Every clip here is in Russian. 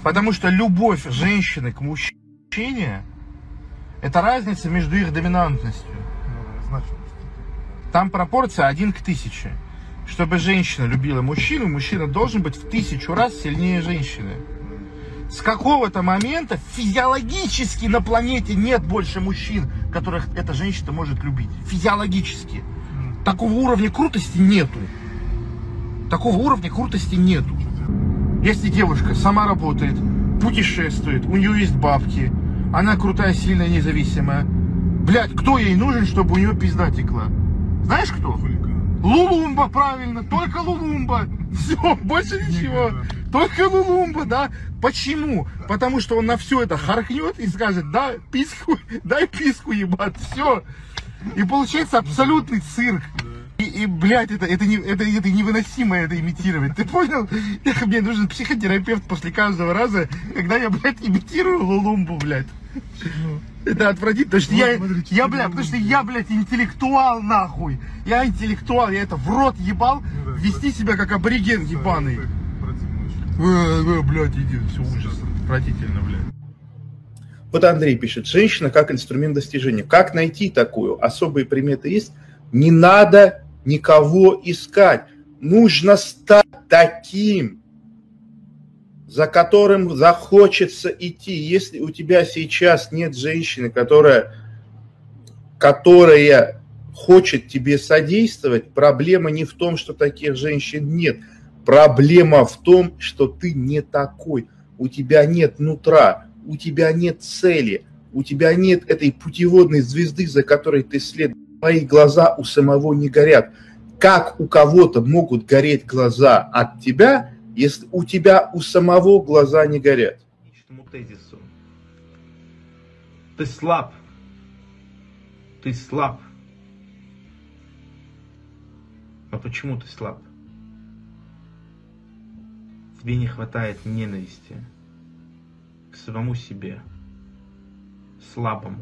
Потому что любовь женщины к мужчине – это разница между их доминантностью. Там пропорция 1 к 1000. Чтобы женщина любила мужчину, мужчина должен быть в 1000 раз сильнее женщины. С какого-то момента физиологически на планете нет больше мужчин, которых эта женщина может любить. Физиологически. Такого уровня крутости нету. Такого уровня крутости нету. Если девушка сама работает, путешествует, у нее есть бабки, она крутая, сильная, независимая. Блядь, кто ей нужен, чтобы у нее пизда текла? Знаешь кто? Лулумба, правильно, только Лулумба. Все, больше ничего. Только Лулумба, да. Почему? Потому что он на все это харкнет и скажет: да, писку, дай писку ебать, все. И получается абсолютный цирк. И блядь, это невыносимо это имитировать. Ты понял? Мне нужен психотерапевт после каждого раза, когда я, блядь, имитирую Лулумбу, блядь. Это отвратительно, потому что потому что я, блядь, интеллектуал, нахуй. Я интеллектуал, я это в рот ебал, вести себя как абориген ебаный. Блядь, иди, все ужас. Отвратительно, блядь. Вот Андрей пишет: женщина как инструмент достижения. Как найти такую? Особые приметы есть? Не надо никого искать. Нужно стать таким, за которым захочется идти. Если у тебя сейчас нет женщины, которая хочет тебе содействовать, проблема не в том, что таких женщин нет. Проблема в том, что ты не такой. У тебя нет нутра, у тебя нет цели, у тебя нет этой путеводной звезды, за которой ты следуешь. Твои глаза у самого не горят. Как у кого-то могут гореть глаза от тебя, если у тебя у самого глаза не горят? Тезису. Ты слаб. Ты слаб. А почему ты слаб? Тебе не хватает ненависти к самому себе, слабому.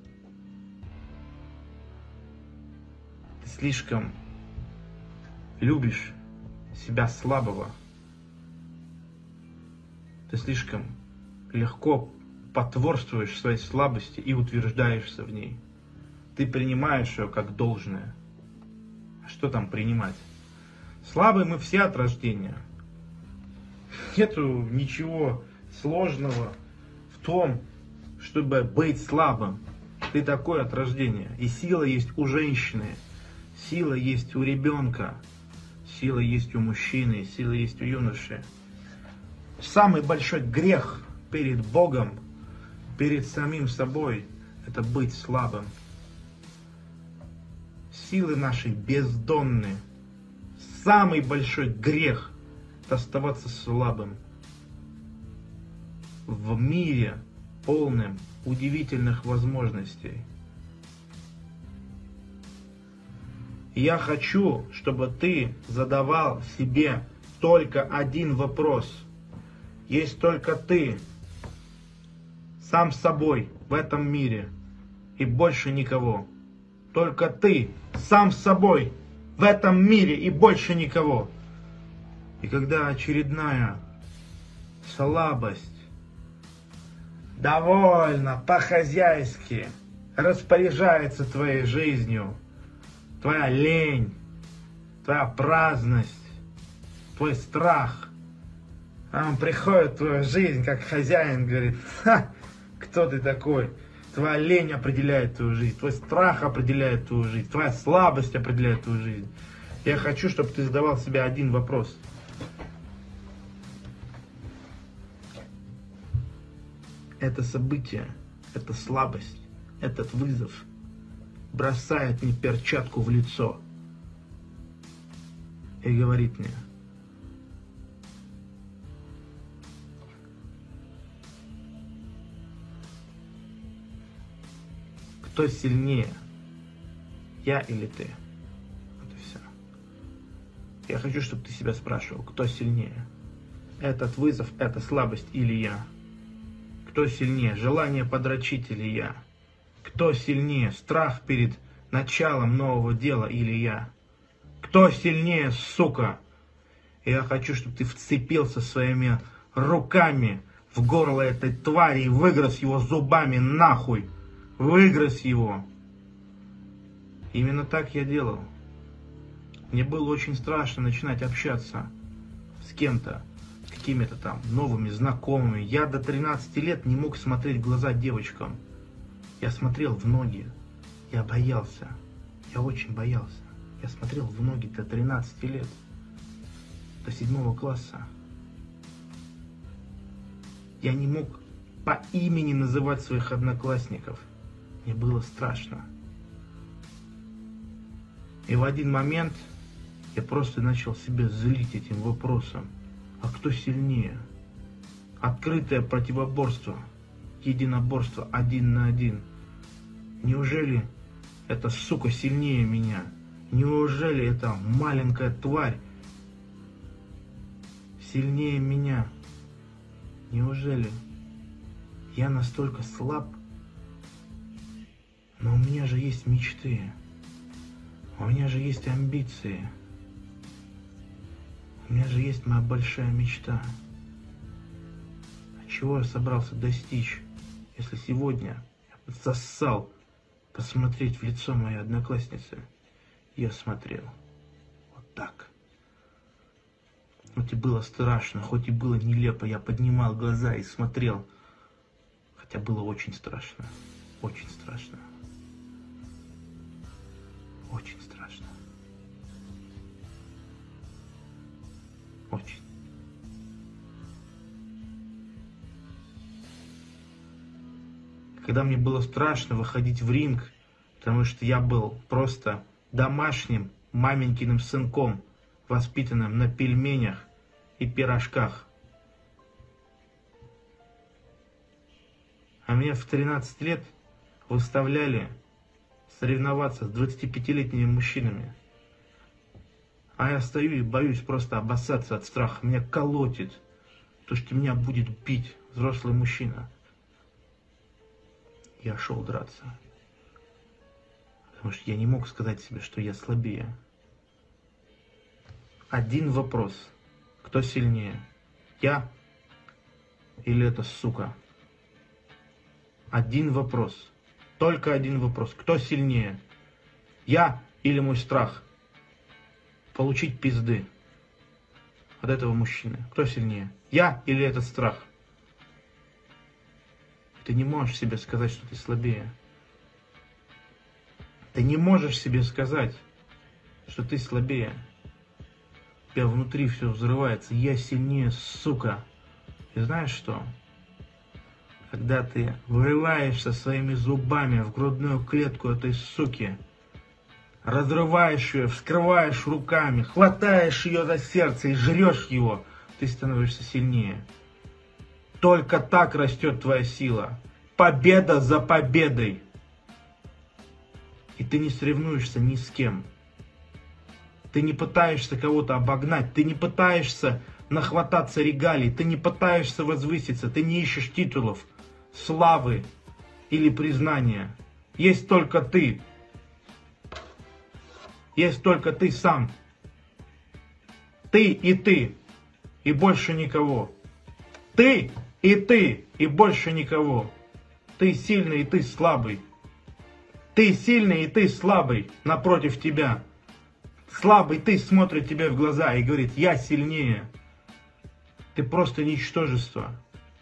Ты слишком любишь себя слабого. Ты слишком легко потворствуешь своей слабости и утверждаешься в ней. Ты принимаешь ее как должное. А что там принимать? Слабые мы все от рождения. Нету ничего сложного в том, чтобы быть слабым. Ты такой от рождения. И сила есть у женщины, сила есть у ребенка, сила есть у мужчины, сила есть у юноши. Самый большой грех перед Богом, перед самим собой, это быть слабым. Силы наши бездонны. Самый большой грех – это оставаться слабым. В мире, полном удивительных возможностей. Я хочу, чтобы ты задавал себе только один вопрос. Есть только ты, сам собой в этом мире, и больше никого. Только ты, сам собой в этом мире, и больше никого. И когда очередная слабость довольно по-хозяйски распоряжается твоей жизнью, твоя лень, твоя праздность, твой страх, он приходит в твою жизнь как хозяин, говорит: ха, кто ты такой? Твоя лень определяет твою жизнь, твой страх определяет твою жизнь, твоя слабость определяет твою жизнь. Я хочу, чтобы ты задавал себе один вопрос. Это событие, эта слабость, этот вызов бросает мне перчатку в лицо и говорит мне: кто сильнее, я или ты? Вот и все. Я хочу, чтобы ты себя спрашивал, кто сильнее? Этот вызов, эта слабость или я? Кто сильнее, желание подрочить или я? Кто сильнее, страх перед началом нового дела или я? Кто сильнее, сука? Я хочу, чтобы ты вцепился своими руками в горло этой твари и выгрыз его зубами нахуй. Выгрыз его. Именно так я делал. Мне было очень страшно начинать общаться с кем-то, с какими-то там новыми знакомыми. Я до 13 лет не мог смотреть в глаза девочкам. Я смотрел в ноги. Я боялся. Я очень боялся. Я смотрел в ноги до 13 лет. До 7 класса. Я не мог по имени называть своих одноклассников. Мне было страшно. И в один момент я просто начал себя злить этим вопросом. А кто сильнее? Открытое противоборство, единоборство 1 на 1. Неужели эта сука сильнее меня? Неужели эта маленькая тварь сильнее меня? Неужели я настолько слаб? Но у меня же есть мечты. У меня же есть амбиции. У меня же есть моя большая мечта. А чего я собрался достичь, если сегодня я зассал посмотреть в лицо моей одноклассницы? Я смотрел вот так. Хоть и было страшно, хоть и было нелепо, я поднимал глаза и смотрел. Хотя было очень страшно. Очень страшно. Очень страшно. Очень. Когда мне было страшно выходить в ринг, потому что я был просто домашним маменькиным сынком, воспитанным на пельменях и пирожках. А меня в 13 лет выставляли соревноваться с 25-летними мужчинами. А я стою и боюсь просто обоссаться от страха. Меня колотит, то что меня будет бить взрослый мужчина. Я шел драться. Потому что я не мог сказать себе, что я слабее. Один вопрос. Кто сильнее? Я или эта сука? Один вопрос. Только один вопрос. Кто сильнее? Я или мой страх? Получить пизды от этого мужчины. Кто сильнее? Я или этот страх? Ты не можешь себе сказать, что ты слабее. Ты не можешь себе сказать, что ты слабее. У тебя внутри все взрывается. Я сильнее, сука. И знаешь что? Когда ты врываешься своими зубами в грудную клетку этой суки, разрываешь ее, вскрываешь руками, хватаешь ее за сердце и жрешь его, ты становишься сильнее. Только так растет твоя сила. Победа за победой. И ты не соревнуешься ни с кем. Ты не пытаешься кого-то обогнать, ты не пытаешься нахвататься регалий, ты не пытаешься возвыситься, ты не ищешь титулов, славы или признания. Есть только ты. Есть только ты сам. Ты, и больше никого. Ты, и больше никого. Ты сильный, и ты слабый. Ты сильный, и ты слабый напротив тебя. Слабый ты смотрит тебе в глаза и говорит: я сильнее. Ты просто ничтожество.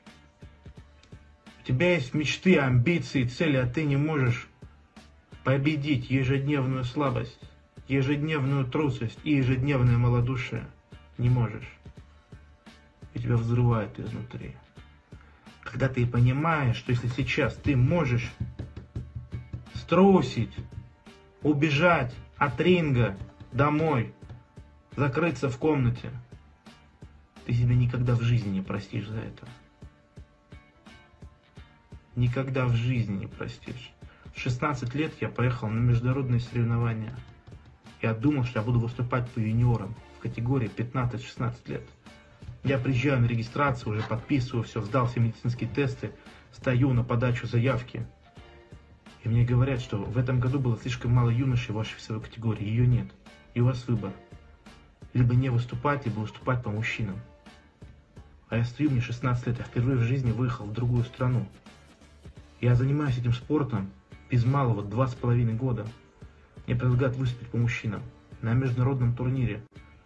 У тебя есть мечты, амбиции, цели, а ты не можешь победить ежедневную слабость, ежедневную трусость и ежедневное малодушие. Не можешь. И тебя взрывает изнутри. Когда ты понимаешь, что если сейчас ты можешь струсить, убежать от ринга домой, закрыться в комнате, ты себя никогда в жизни не простишь за это. Никогда в жизни не простишь. В 16 лет я поехал на международные соревнования. Я думал, что я буду выступать по юниорам в категории 15-16 лет. Я приезжаю на регистрацию, уже подписываю все, сдал все медицинские тесты, стою на подачу заявки. И мне говорят, что в этом году было слишком мало юношей в вашей весовой категории. Ее нет. И у вас выбор. Либо не выступать, либо выступать по мужчинам. А я стою, мне 16 лет, я впервые в жизни выехал в другую страну. Я занимаюсь этим спортом без малого 2,5 года. Мне предлагают выступить по мужчинам на международном турнире.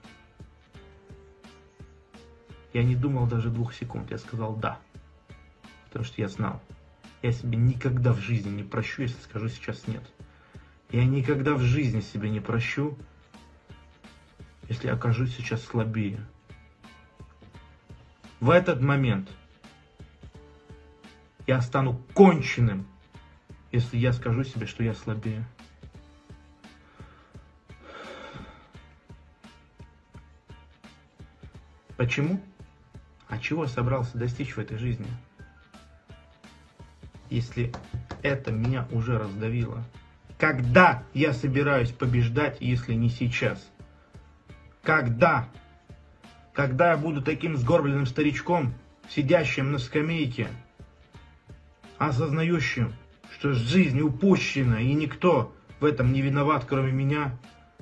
Я не думал даже 2 секунд, я сказал да. Потому что я знал, я себе никогда в жизни не прощу, если скажу сейчас нет. Я никогда в жизни себе не прощу, если окажусь сейчас слабее. В этот момент я стану конченым, если я скажу себе, что я слабее. Почему? А чего я собрался достичь в этой жизни? Если это меня уже раздавило. Когда я собираюсь побеждать, если не сейчас? Когда? Когда я буду таким сгорбленным старичком, сидящим на скамейке, осознающим, что жизнь упущена и никто в этом не виноват, кроме меня,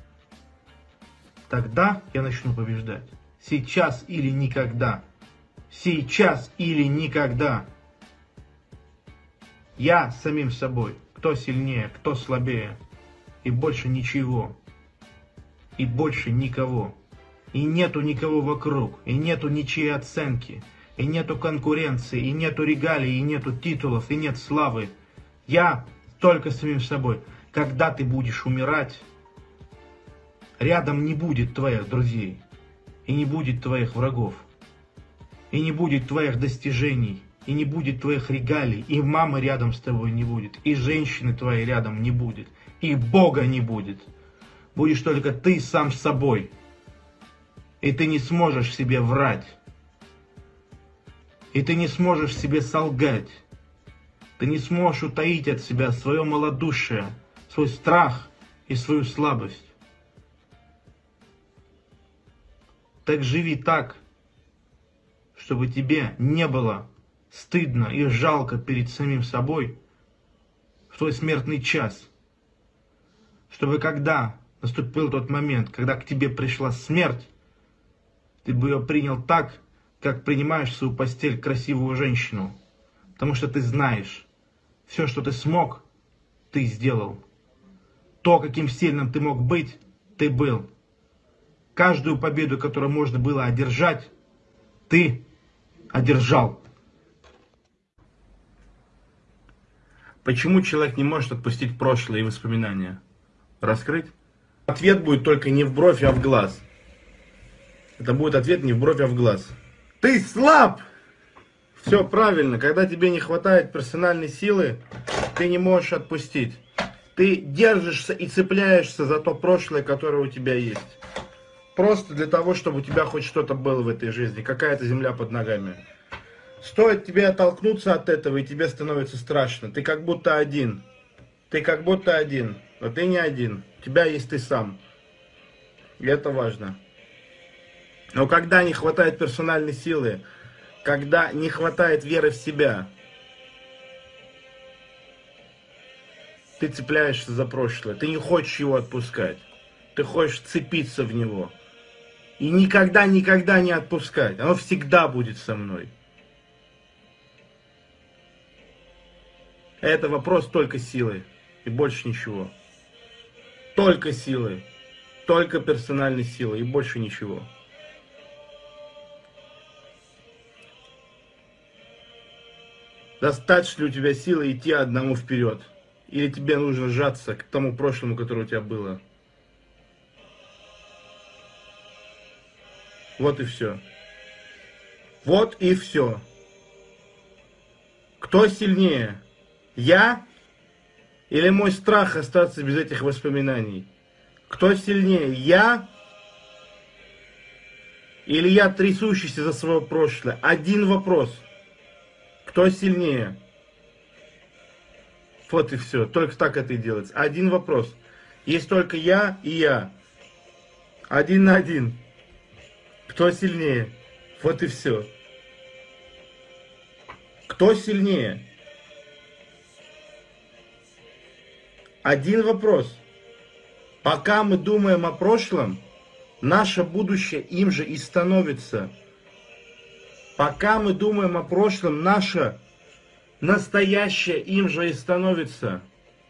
тогда я начну побеждать. Сейчас или никогда. Сейчас или никогда. Я самим собой. Кто сильнее, кто слабее. И больше ничего. И больше никого. И нету никого вокруг. И нету ничьей оценки. И нету конкуренции. И нету регалий. И нету титулов. И нет славы. Я только самим собой. Когда ты будешь умирать, рядом не будет твоих друзей. И не будет твоих врагов. И не будет твоих достижений. И не будет твоих регалий. И мамы рядом с тобой не будет. И женщины твоей рядом не будет. И Бога не будет. Будешь только ты сам с собой. И ты не сможешь себе врать. И ты не сможешь себе солгать. Ты не сможешь утаить от себя свое малодушие, свой страх и свою слабость. Так живи так, чтобы тебе не было стыдно и жалко перед самим собой в твой смертный час. Чтобы когда наступил тот момент, когда к тебе пришла смерть, ты бы ее принял так, как принимаешь в свою постель красивую женщину. Потому что ты знаешь, все, что ты смог, ты сделал. То, каким сильным ты мог быть, ты был. Каждую победу, которую можно было одержать, ты одержал. Почему человек не может отпустить прошлое и воспоминания? Раскрыть? Ответ будет только не в бровь, а в глаз. Это будет ответ не в бровь, а в глаз. Ты слаб! Все правильно. Когда тебе не хватает персональной силы, ты не можешь отпустить. Ты держишься и цепляешься за то прошлое, которое у тебя есть. Просто для того, чтобы у тебя хоть что-то было в этой жизни. Какая-то земля под ногами. Стоит тебе оттолкнуться от этого, и тебе становится страшно. Ты как будто один. Ты как будто один. Но ты не один. У тебя есть ты сам. И это важно. Но когда не хватает персональной силы, когда не хватает веры в себя, ты цепляешься за прошлое. Ты не хочешь его отпускать. Ты хочешь цепиться в него. И никогда не отпускать. Оно всегда будет со мной. Это вопрос только силы. И больше ничего. Только силы. Только персональной силы. И больше ничего. Достаточно ли у тебя силы идти одному вперед? Или тебе нужно сжаться к тому прошлому, которое у тебя было? Вот и все. Вот и все. Кто сильнее? Я или мой страх остаться без этих воспоминаний? Кто сильнее? Я или я, трясущийся за свое прошлое? Один вопрос. Кто сильнее? Вот и все. Только так это и делается. Один вопрос. Есть только я и я. 1 на 1. Кто сильнее? Вот и все. Кто сильнее? Один вопрос. Пока мы думаем о прошлом, наше будущее им же и становится. Пока мы думаем о прошлом, наше настоящее им же и становится.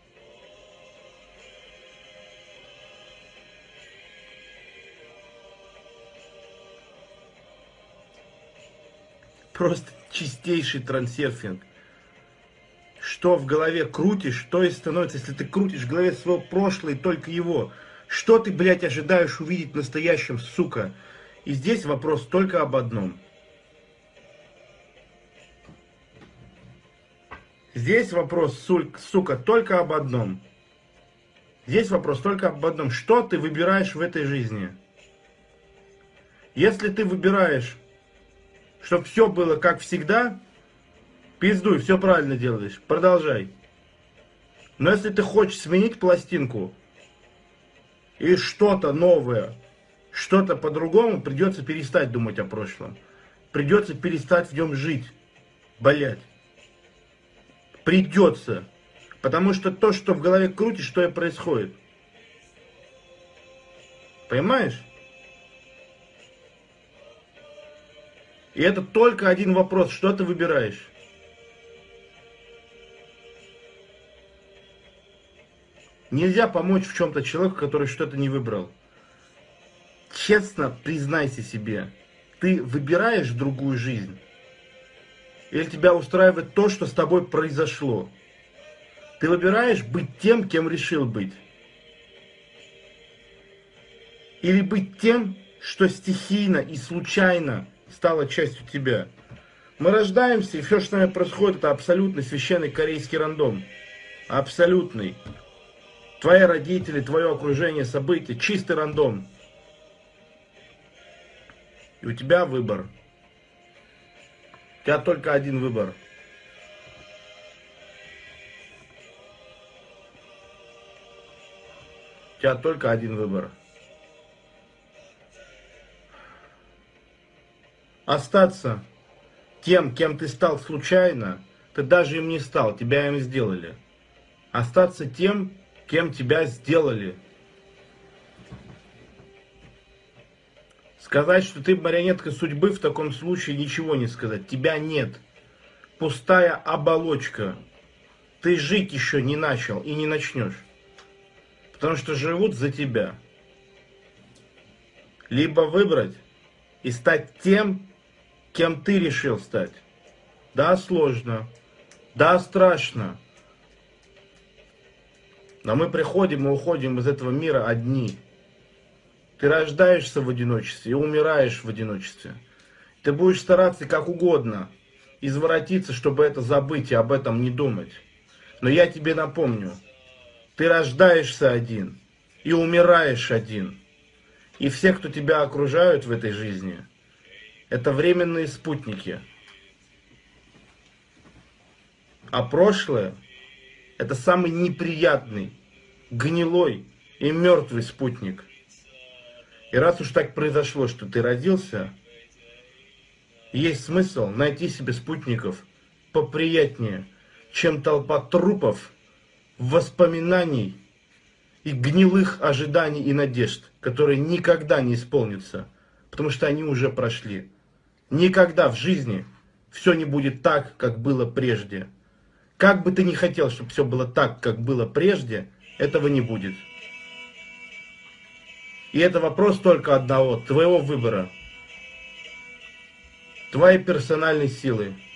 Просто чистейший трансерфинг. Что в голове крутишь, то и становится. Если ты крутишь в голове своего прошлого и только его, что ты, блядь, ожидаешь увидеть в настоящем, сука? И здесь вопрос только об одном. Здесь вопрос, сука, только об одном. Здесь вопрос только об одном. Что ты выбираешь в этой жизни? Если ты выбираешь, чтобы все было как всегда, пиздуй, все правильно делаешь, продолжай. Но если ты хочешь сменить пластинку и что-то новое, что-то по-другому, придется перестать думать о прошлом. Придется перестать в нем жить, блять. Придется. Потому что то, что в голове крутишь, что и происходит. Понимаешь? И это только один вопрос, что ты выбираешь. Нельзя помочь в чем-то человеку, который что-то не выбрал. Честно признайся себе, ты выбираешь другую жизнь? Или тебя устраивает то, что с тобой произошло? Ты выбираешь быть тем, кем решил быть? Или быть тем, что стихийно и случайно стало частью тебя? Мы рождаемся, и все, что с нами происходит, это абсолютно священный корейский рандом. Абсолютный. Твои родители, твое окружение, события, чистый рандом. И у тебя выбор. У тебя только один выбор. У тебя только один выбор. Остаться тем, кем ты стал случайно, ты даже им не стал, тебя им сделали. Остаться тем, кем тебя сделали. Сказать, что ты марионетка судьбы, в таком случае ничего не сказать. Тебя нет. Пустая оболочка. Ты жить еще не начал и не начнешь. Потому что живут за тебя. Либо выбрать и стать тем, кем ты решил стать. Да, сложно. Да, страшно. Но мы приходим и уходим из этого мира одни. Ты рождаешься в одиночестве и умираешь в одиночестве. Ты будешь стараться как угодно изворотиться, чтобы это забыть и об этом не думать. Но я тебе напомню, ты рождаешься один и умираешь один. И все, кто тебя окружают в этой жизни, это временные спутники. А прошлое — это самый неприятный, гнилой и мертвый спутник. И раз уж так произошло, что ты родился, есть смысл найти себе спутников поприятнее, чем толпа трупов, воспоминаний и гнилых ожиданий и надежд, которые никогда не исполнятся, потому что они уже прошли. Никогда в жизни все не будет так, как было прежде. Как бы ты ни хотел, чтобы все было так, как было прежде, этого не будет. И это вопрос только одного, твоего выбора, твоей персональной силы.